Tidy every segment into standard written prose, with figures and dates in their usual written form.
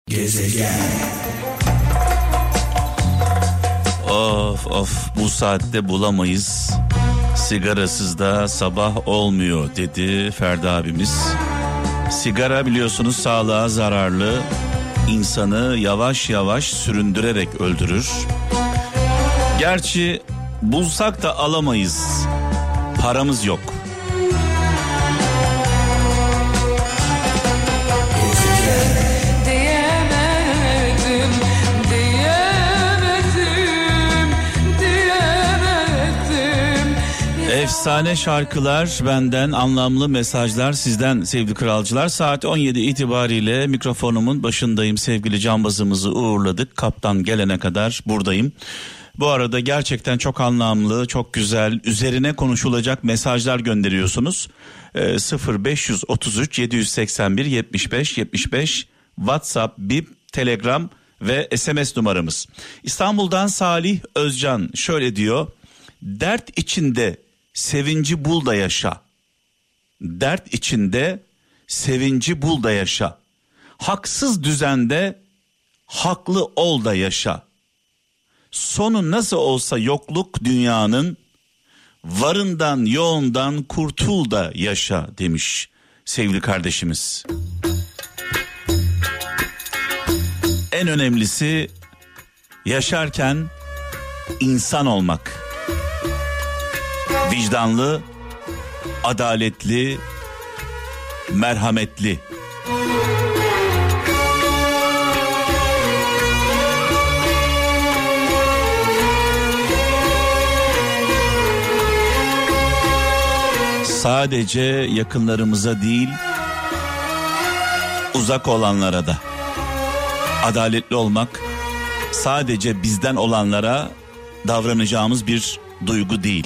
Gezegen. Of bu saatte bulamayız. Sigarasız da sabah olmuyor dedi Ferdi abimiz. Sigara biliyorsunuz sağlığa zararlı. İnsanı yavaş yavaş süründürerek öldürür. Gerçi bulsak da alamayız. Paramız yok. Efsane şarkılar benden, anlamlı mesajlar sizden sevgili kralcılar. Saat 17 itibariyle mikrofonumun başındayım. Sevgili cambazımızı uğurladık. Kaptan gelene kadar buradayım. Bu arada gerçekten çok anlamlı, çok güzel, üzerine konuşulacak mesajlar gönderiyorsunuz. 0533 781 75 75 WhatsApp, Bip, Telegram ve SMS numaramız. İstanbul'dan Salih Özcan şöyle diyor. Dert içinde sevinci bul da yaşa. Dert içinde sevinci bul da yaşa. Haksız düzende haklı ol da yaşa. Sonu nasıl olsa yokluk dünyanın, varından yoğundan kurtul da yaşa demiş sevgili kardeşimiz. En önemlisi yaşarken insan olmak. Vicdanlı, adaletli, merhametli. Sadece yakınlarımıza değil, uzak olanlara da adaletli olmak sadece bizden olanlara davranacağımız bir duygu değil.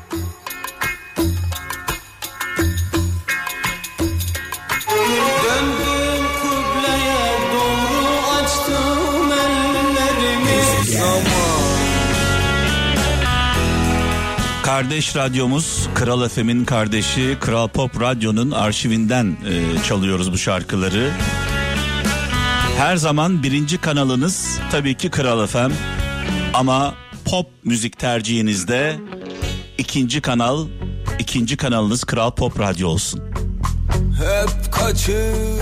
Kardeş radyomuz Kral FM'in kardeşi Kral Pop Radyo'nun arşivinden çalıyoruz bu şarkıları. Her zaman birinci kanalınız tabii ki Kral FM, ama pop müzik tercihinizde ikinci kanalınız Kral Pop Radyo olsun. Hep kaçıp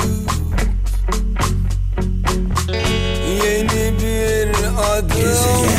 yeni bir adım.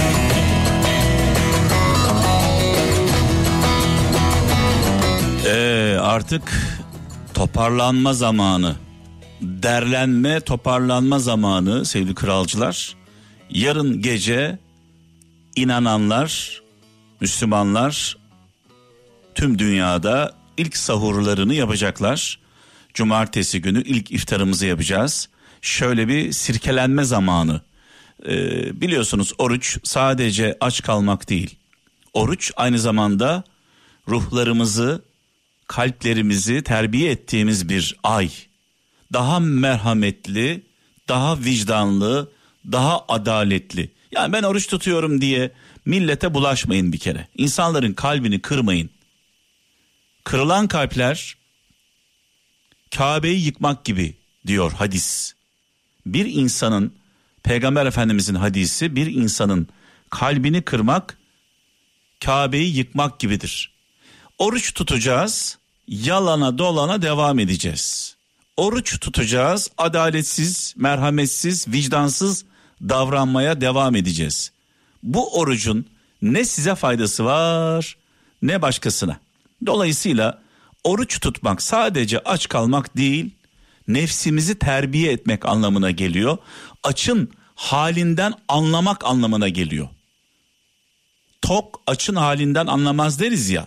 Artık toparlanma zamanı, derlenme, toparlanma zamanı sevgili kralcılar. Yarın gece inananlar, Müslümanlar tüm dünyada ilk sahurlarını yapacaklar. Cumartesi günü ilk iftarımızı yapacağız. Şöyle bir sirkelenme zamanı. Biliyorsunuz oruç sadece aç kalmak değil. Oruç aynı zamanda ruhlarımızı, kalplerimizi terbiye ettiğimiz bir ay. Daha merhametli, daha vicdanlı, daha adaletli. Yani ben oruç tutuyorum diye millete bulaşmayın bir kere. İnsanların kalbini kırmayın. Kırılan kalpler Kabe'yi yıkmak gibi diyor hadis. Bir insanın, Peygamber Efendimizin hadisi, bir insanın kalbini kırmak Kabe'yi yıkmak gibidir. Oruç tutacağız, yalana dolana devam edeceğiz. Oruç tutacağız, adaletsiz, merhametsiz, vicdansız davranmaya devam edeceğiz. Bu orucun ne size faydası var ne başkasına. Dolayısıyla oruç tutmak sadece aç kalmak değil, nefsimizi terbiye etmek anlamına geliyor. Açın halinden anlamak anlamına geliyor. Tok açın halinden anlamaz deriz ya.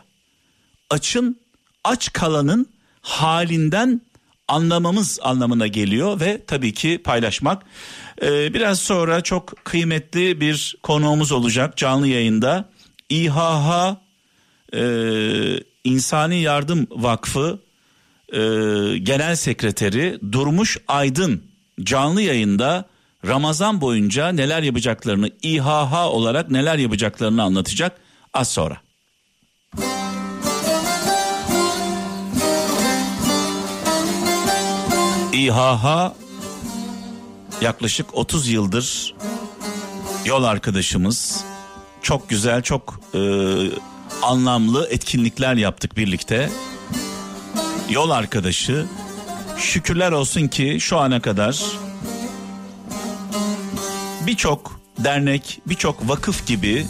Aç kalanın halinden anlamamız anlamına geliyor ve tabii ki paylaşmak. Biraz sonra çok kıymetli bir konuğumuz olacak canlı yayında. İHH İnsani Yardım Vakfı Genel Sekreteri Durmuş Aydın canlı yayında Ramazan boyunca neler yapacaklarını, İHH olarak neler yapacaklarını anlatacak az sonra. İHH yaklaşık 30 yıldır yol arkadaşımız. Çok güzel, çok anlamlı etkinlikler yaptık birlikte. Yol arkadaşı. Şükürler olsun ki şu ana kadar birçok dernek, birçok vakıf gibi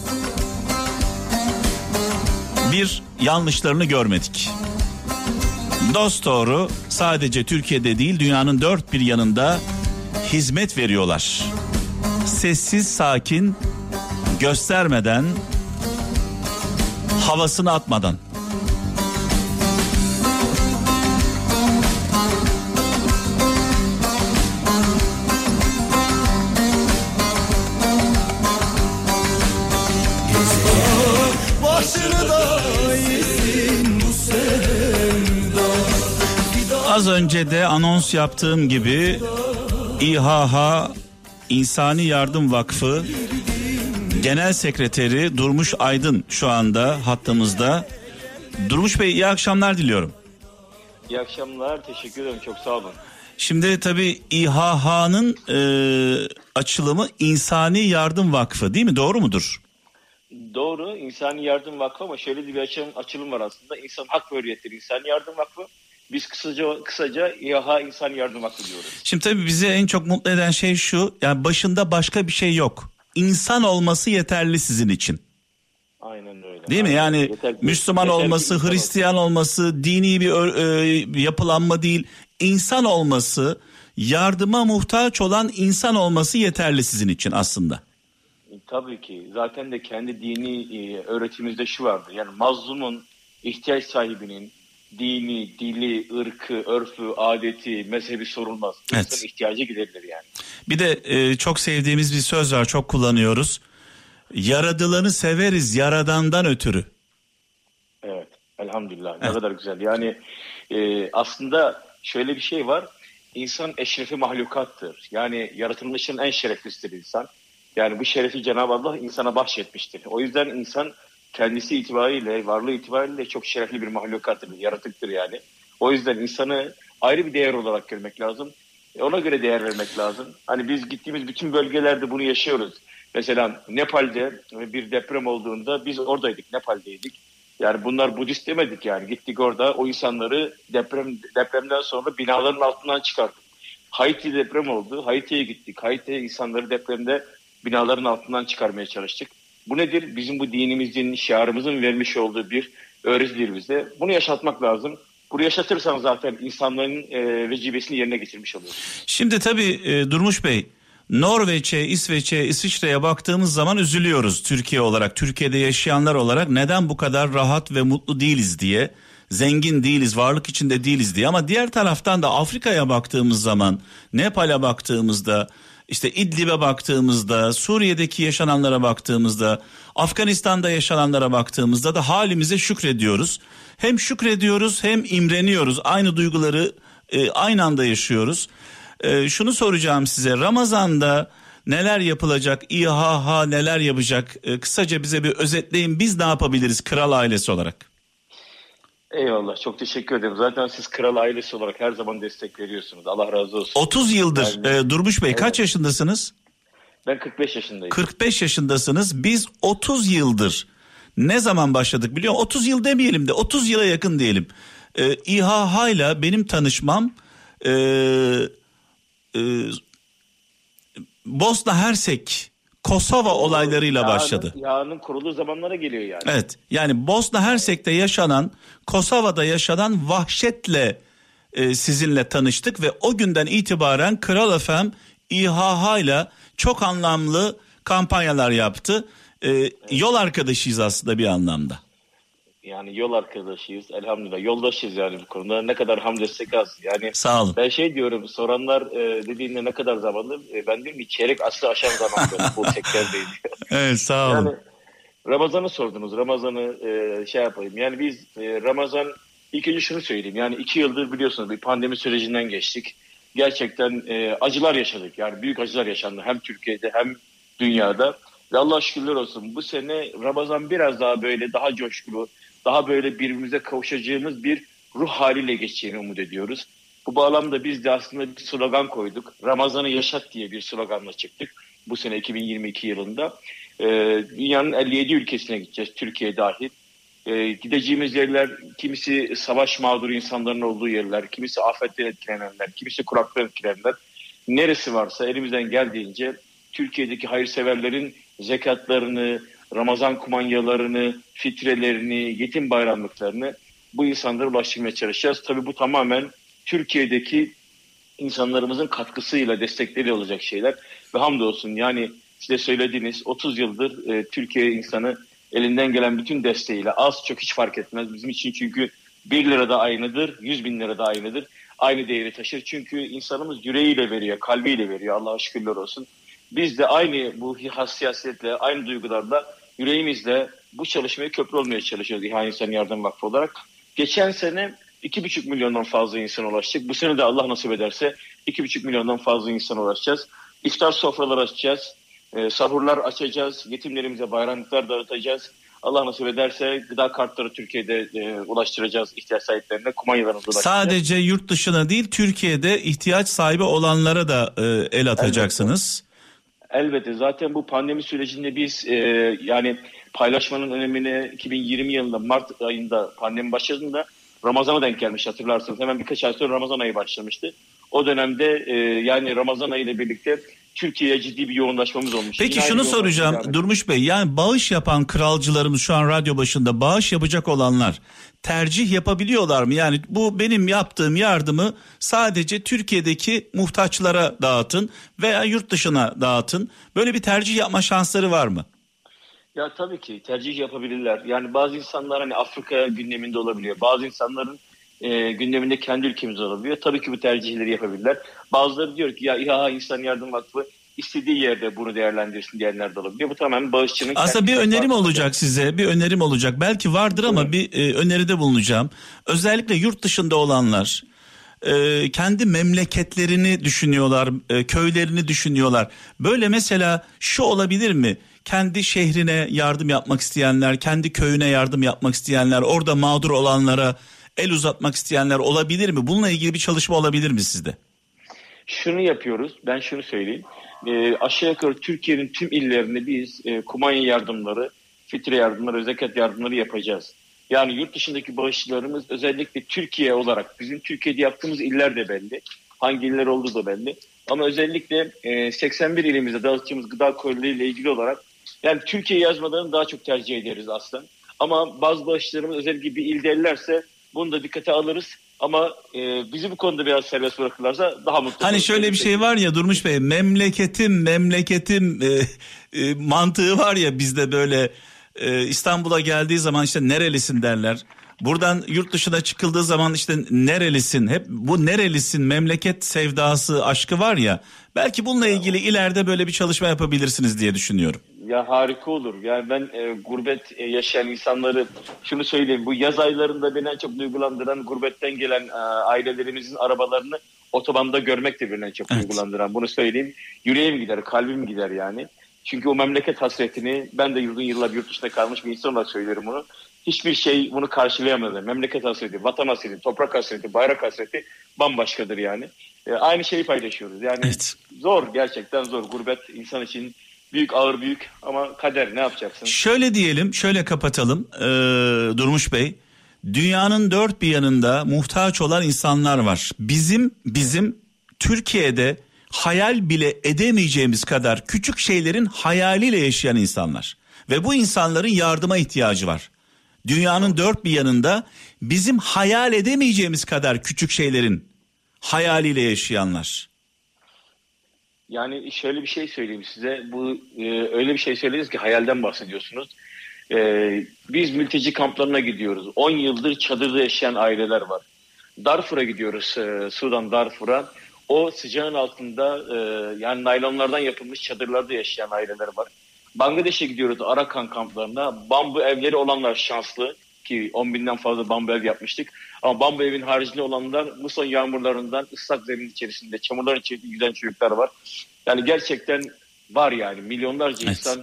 bir yanlışlarını görmedik. Dosdoğru sadece Türkiye'de değil, dünyanın dört bir yanında hizmet veriyorlar. Sessiz, sakin, göstermeden, havasını atmadan. Az önce de anons yaptığım gibi İHH İnsani Yardım Vakfı Genel Sekreteri Durmuş Aydın şu anda hattımızda. Durmuş Bey, iyi akşamlar diliyorum. İyi akşamlar, teşekkür ederim, çok sağ olun. Şimdi tabii İHH'nın açılımı İnsani Yardım Vakfı değil mi? Doğru mudur? Doğru, İnsani Yardım Vakfı ama şöyle bir açılım var aslında. İnsan Hak ve Hürriyetleri İnsani Yardım Vakfı. Biz kısaca İHH İnsani Yardım Vakfı diyoruz. Şimdi tabii bizi en çok mutlu eden şey şu. Yani başında başka bir şey yok. İnsan olması yeterli sizin için. Aynen öyle. Değil mi? Yani yeterli, Müslüman olması, Hristiyan olması, dini bir yapılanma değil. İnsan olması, yardıma muhtaç olan insan olması yeterli sizin için aslında. Tabii ki. Zaten de kendi dini öğretimizde şu vardı. Yani mazlumun, ihtiyaç sahibinin dini, dili, ırkı, örfü, adeti, mezhebi sorulmaz. Evet. İnsanın ihtiyacı giderilir yani. Bir de çok sevdiğimiz bir söz var, çok kullanıyoruz. Yaradılanı severiz yaradandan ötürü. Evet, elhamdülillah. Ne Evet. kadar güzel. Yani aslında şöyle bir şey var. İnsan eşrefi mahlukattır. Yani yaratılmışın en şereflisidir insan. Yani bu şerefi Cenab-ı Allah insana bahşetmiştir. O yüzden insan kendisi itibariyle, varlığı itibariyle çok şerefli bir mahlukattır, yaratıktır yani. O yüzden insanı ayrı bir değer olarak görmek lazım. Ona göre değer vermek lazım. Hani biz gittiğimiz bütün bölgelerde bunu yaşıyoruz. Mesela Nepal'de bir deprem olduğunda biz oradaydık, Nepal'deydik. Yani bunlar Budist demedik yani. Gittik orada o insanları depremden sonra binaların altından çıkarttık. Haiti deprem oldu. Haiti'ye gittik. Haiti'ye insanları depremde binaların altından çıkarmaya çalıştık. Bu nedir? Bizim bu dinimizin, şiarımızın vermiş olduğu bir öğretidir bize. Bunu yaşatmak lazım. Bunu yaşatırsan zaten insanların vecibesini yerine getirmiş oluyoruz. Şimdi tabii Durmuş Bey, Norveç'e, İsveç'e, İsviçre'ye baktığımız zaman üzülüyoruz Türkiye olarak, Türkiye'de yaşayanlar olarak neden bu kadar rahat ve mutlu değiliz diye, zengin değiliz, varlık içinde değiliz diye. Ama diğer taraftan da Afrika'ya baktığımız zaman, Nepal'e baktığımızda, işte İdlib'e baktığımızda, Suriye'deki yaşananlara baktığımızda, Afganistan'da yaşananlara baktığımızda da halimize şükrediyoruz. Hem şükrediyoruz hem imreniyoruz. Aynı duyguları aynı anda yaşıyoruz. Şunu soracağım size, Ramazan'da neler yapılacak, İHH neler yapacak? Kısaca bize bir özetleyin, biz ne yapabiliriz kral ailesi olarak? Eyvallah, çok teşekkür ederim. Zaten siz kral ailesi olarak her zaman destek veriyorsunuz. Allah razı olsun. 30 yıldır Durmuş Bey, evet. Kaç yaşındasınız? Ben 45 yaşındayım. 45 yaşındasınız. Biz 30 yıldır ne zaman başladık biliyor musun? 30 yıl demeyelim de 30 yıla yakın diyelim. İHH ile benim tanışmam Bosna Hersek, Kosova olaylarıyla başladı. Yağının kurulduğu zamanlara geliyor yani. Evet, yani Bosna Hersek'te yaşanan, Kosova'da yaşanan vahşetle sizinle tanıştık ve o günden itibaren Kral FM İHH ile çok anlamlı kampanyalar yaptı. Yol arkadaşıyız aslında bir anlamda. Yani yol arkadaşıyız elhamdülillah, yoldaşıyız yani bu konuda, ne kadar hamd etsek az. Yani sağ olun. Ben diyorum, soranlar dediğinde ne kadar zamandır, ben diyorum ki çeyrek asrı aşan zamandır bu sektördeyim. Evet, sağ olun. Yani Ramazan'ı sordunuz, Ramazan'ı yapayım. Yani biz Ramazan, ilk önce şunu söyleyeyim, yani 2 yıldır biliyorsunuz bir pandemi sürecinden geçtik. Gerçekten acılar yaşadık, yani büyük acılar yaşandı hem Türkiye'de hem dünyada. Ve Allah şükürler olsun, bu sene Ramazan biraz daha böyle, daha coşkulu, daha böyle birbirimize kavuşacağımız bir ruh haliyle geçeceğini umut ediyoruz. Bu bağlamda biz de aslında bir slogan koyduk. Ramazan'ı yaşat diye bir sloganla çıktık. Bu sene 2022 yılında. Dünyanın 57 ülkesine gideceğiz, Türkiye dahil. Gideceğimiz yerler kimisi savaş mağduru insanların olduğu yerler, kimisi afetten etkilenenler, kimisi kuraklıktan etkilenenler. Neresi varsa elimizden geldiğince Türkiye'deki hayırseverlerin zekatlarını, Ramazan kumanyalarını, fitrelerini, yetim bayramlıklarını bu insanlara ulaştırmaya çalışacağız. Tabii bu tamamen Türkiye'deki insanlarımızın katkısıyla, destekleriyle olacak şeyler. Ve hamdolsun yani size söylediğiniz 30 yıldır Türkiye insanı elinden gelen bütün desteğiyle az çok hiç fark etmez. Bizim için çünkü 1 lira da aynıdır, 100 bin lira da aynıdır. Aynı değeri taşır. Çünkü insanımız yüreğiyle veriyor, kalbiyle veriyor. Allah'a şükürler olsun. Biz de aynı bu hassasiyetle, aynı duygularla, yüreğimizle bu çalışmaya köprü olmaya çalışıyoruz İHA İnsan Yardım Vakfı olarak. Geçen sene 2,5 milyondan fazla insana ulaştık. Bu sene de Allah nasip ederse 2,5 milyondan fazla insana ulaşacağız. İftar sofraları açacağız. Sahurlar açacağız. Yetimlerimize bayramlıklar dağıtacağız. Allah nasip ederse gıda kartları Türkiye'de ulaştıracağız ihtiyaç sahiplerine. Kumanyalarımızı ulaştıracağız. Sadece yurt dışına değil, Türkiye'de ihtiyaç sahibi olanlara da el atacaksınız. Elbette. Zaten bu pandemi sürecinde biz yani paylaşmanın önemini 2020 yılında Mart ayında pandemi başladığında Ramazan'a denk gelmiş hatırlarsınız. Hemen birkaç ay sonra Ramazan ayı başlamıştı. O dönemde yani Ramazan ayı ile birlikte Türkiye'ye ciddi bir yoğunlaşmamız olmuş. Peki şunu soracağım Durmuş Bey, yani bağış yapan kralcılarımız şu an radyo başında, bağış yapacak olanlar tercih yapabiliyorlar mı? Yani bu benim yaptığım yardımı sadece Türkiye'deki muhtaçlara dağıtın veya yurt dışına dağıtın. Böyle bir tercih yapma şansları var mı? Ya tabii ki tercih yapabilirler. Yani bazı insanlar hani Afrika gündeminde olabiliyor. Bazı insanların gündeminde kendi ülkemiz olabiliyor. Tabii ki bu tercihleri yapabilirler. Bazıları diyor ki ya İHA İnsan Yardım Vakfı istediği yerde bunu değerlendirsin diyenler de olabiliyor. Bu tamamen bağışçının... Aslında bir önerim olacak size. Bir önerim olacak. Belki vardır ama bir öneride bulunacağım. Özellikle yurt dışında olanlar kendi memleketlerini düşünüyorlar, köylerini düşünüyorlar. Böyle mesela şu olabilir mi? Kendi şehrine yardım yapmak isteyenler, kendi köyüne yardım yapmak isteyenler, orada mağdur olanlara el uzatmak isteyenler olabilir mi? Bununla ilgili bir çalışma olabilir mi sizde? Şunu yapıyoruz. Ben şunu söyleyeyim. Aşağı yukarı Türkiye'nin tüm illerinde biz kumanya yardımları, fitre yardımları, zekat yardımları yapacağız. Yani yurt dışındaki bağışçılarımız özellikle Türkiye olarak, bizim Türkiye'de yaptığımız iller de belli. Hangi iller olduğu da belli. Ama özellikle 81 ilimizde dağıtacağımız gıda kolileri ile ilgili olarak yani Türkiye yazmalarını daha çok tercih ederiz aslında. Ama bazı bağışçılarımız özellikle bir ilde ellerse bunu da dikkate alırız. Ama bizi bu konuda biraz serbest bırakırlarsa daha mutlu. Hani şöyle bir şey var ya Durmuş Bey, memleketim mantığı var ya bizde, böyle İstanbul'a geldiği zaman işte nerelisin derler. Buradan yurt dışına çıkıldığı zaman işte nerelisin, hep bu nerelisin memleket sevdası, aşkı var ya, belki bununla ilgili ileride böyle bir çalışma yapabilirsiniz diye düşünüyorum. Ya harika olur. Yani ben gurbet yaşayan insanları şunu söyleyeyim. Bu yaz aylarında beni en çok duygulandıran gurbetten gelen ailelerimizin arabalarını otobanda görmek de beni en çok duygulandıran. Bunu söyleyeyim. Yüreğim gider, kalbim gider yani. Çünkü o memleket hasretini ben de uzun yıllar yurt dışında kalmış bir insan olarak söylüyorum bunu. Hiçbir şey bunu karşılayamadı. Memleket hasreti, vatan hasreti, toprak hasreti, bayrak hasreti bambaşkadır yani. Aynı şeyi paylaşıyoruz. Yani zor, gerçekten zor. Gurbet insan için büyük, ağır büyük ama kader, ne yapacaksın? Şöyle diyelim, şöyle kapatalım Durmuş Bey. Dünyanın dört bir yanında muhtaç olan insanlar var. Bizim Türkiye'de hayal bile edemeyeceğimiz kadar küçük şeylerin hayaliyle yaşayan insanlar. Ve bu insanların yardıma ihtiyacı var. Dünyanın dört bir yanında bizim hayal edemeyeceğimiz kadar küçük şeylerin hayaliyle yaşayanlar. Yani şöyle bir şey söyleyeyim size. Bu öyle bir şey söylediniz ki hayalden bahsediyorsunuz. Biz mülteci kamplarına gidiyoruz. 10 yıldır çadırda yaşayan aileler var. Darfur'a gidiyoruz, Sudan Darfur'a. O sıcağın altında yani naylonlardan yapılmış çadırlarda yaşayan aileler var. Bangladeş'e gidiyoruz, Arakan kamplarına. Bambu evleri olanlar şanslı ki 10 binden fazla bambu ev yapmıştık. Ama bambu evin haricinde olanlar muson yağmurlarından ıslak zemin içerisinde, çamurların içerisinde yüzen çocuklar var. Yani gerçekten var yani milyonlarca insan,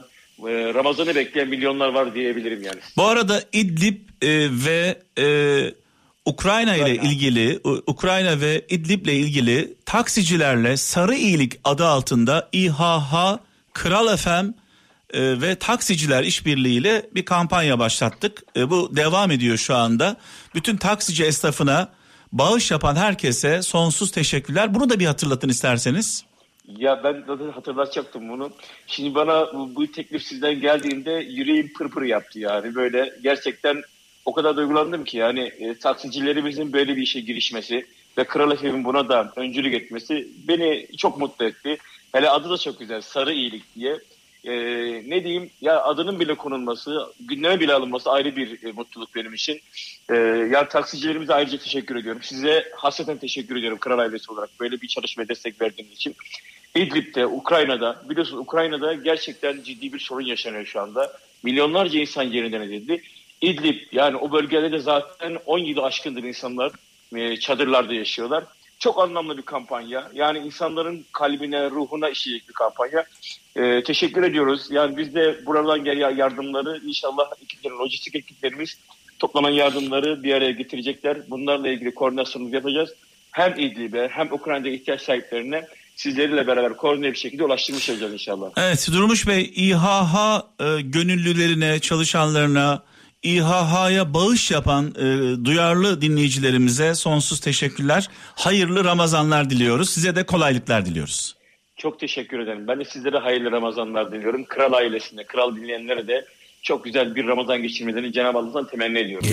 Ramazan'ı bekleyen milyonlar var diyebilirim yani. Bu arada İdlib ve Ukrayna ile ilgili, Ukrayna ve İdlib'le ilgili taksicilerle Sarı İyilik adı altında İHH, Kral FM ve taksiciler işbirliğiyle bir kampanya başlattık. Bu devam ediyor şu anda. Bütün taksici esnafına, bağış yapan herkese sonsuz teşekkürler. Bunu da bir hatırlatın isterseniz. Ya ben zaten hatırlatacaktım bunu. Şimdi bana bu teklif sizden geldiğinde yüreğim pırpır yaptı yani. Böyle gerçekten o kadar duygulandım ki yani taksicilerimizin böyle bir işe girişmesi ve Kral FM'in buna da öncülük etmesi beni çok mutlu etti. Hele adı da çok güzel, Sarı İyilik diye. Ne diyeyim ya, adının bile konulması, gündeme bile alınması ayrı bir mutluluk benim için. Yani taksicilerimize ayrıca teşekkür ediyorum. Size hasreten teşekkür ediyorum Kral ailesi olarak böyle bir çalışmaya destek verdiğiniz için. İdlib'de, Ukrayna'da, biliyorsunuz Ukrayna'da gerçekten ciddi bir sorun yaşanıyor şu anda. Milyonlarca insan yerinden edildi. İdlib, yani o bölgede de zaten 10 yılı aşkındır insanlar çadırlarda yaşıyorlar. Çok anlamlı bir kampanya. Yani insanların kalbine, ruhuna işleyecek bir kampanya. Teşekkür ediyoruz. Yani biz de buradan gelen yardımları inşallah lojistik ekiplerimiz toplanan yardımları bir araya getirecekler. Bunlarla ilgili koordinasyonumuzu yapacağız. Hem İdlib'e hem Ukrayna'da ihtiyaç sahiplerine sizlerle beraber koordine bir şekilde ulaştırmış olacağız inşallah. Evet Durmuş Bey, İHH gönüllülerine, çalışanlarına, İHH'ya bağış yapan duyarlı dinleyicilerimize sonsuz teşekkürler. Hayırlı Ramazanlar diliyoruz. Size de kolaylıklar diliyoruz. Çok teşekkür ederim. Ben de sizlere hayırlı Ramazanlar diliyorum. Kral ailesine, Kral dinleyenlere de çok güzel bir Ramazan geçirmelerini Cenab-ı Allah'tan temenni ediyorum.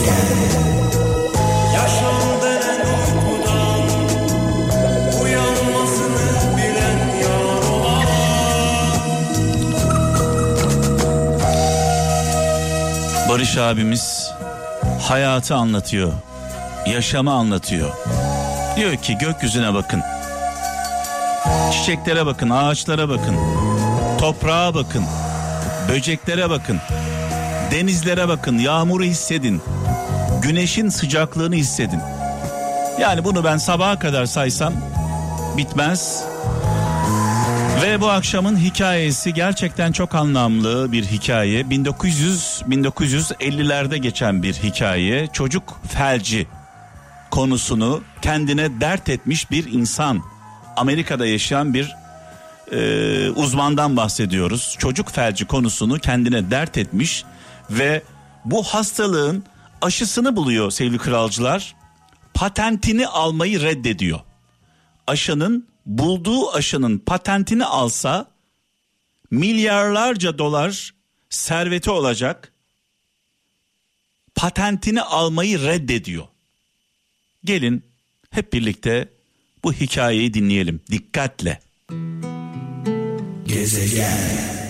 Barış abimiz hayatı anlatıyor, yaşamı anlatıyor. Diyor ki gökyüzüne bakın, çiçeklere bakın, ağaçlara bakın, toprağa bakın, böceklere bakın, denizlere bakın, yağmuru hissedin, güneşin sıcaklığını hissedin. Yani bunu ben sabaha kadar saysam bitmez. Ve bu akşamın hikayesi gerçekten çok anlamlı bir hikaye. 1950'lerde geçen bir hikaye. Çocuk felci konusunu kendine dert etmiş bir insan. Amerika'da yaşayan bir uzmandan bahsediyoruz. Çocuk felci konusunu kendine dert etmiş ve bu hastalığın aşısını buluyor sevgili kralcılar. Patentini almayı reddediyor. Bulduğu aşının patentini alsa milyarlarca dolar serveti olacak. Patentini almayı reddediyor. Gelin hep birlikte bu hikayeyi dinleyelim dikkatle. Gezegen.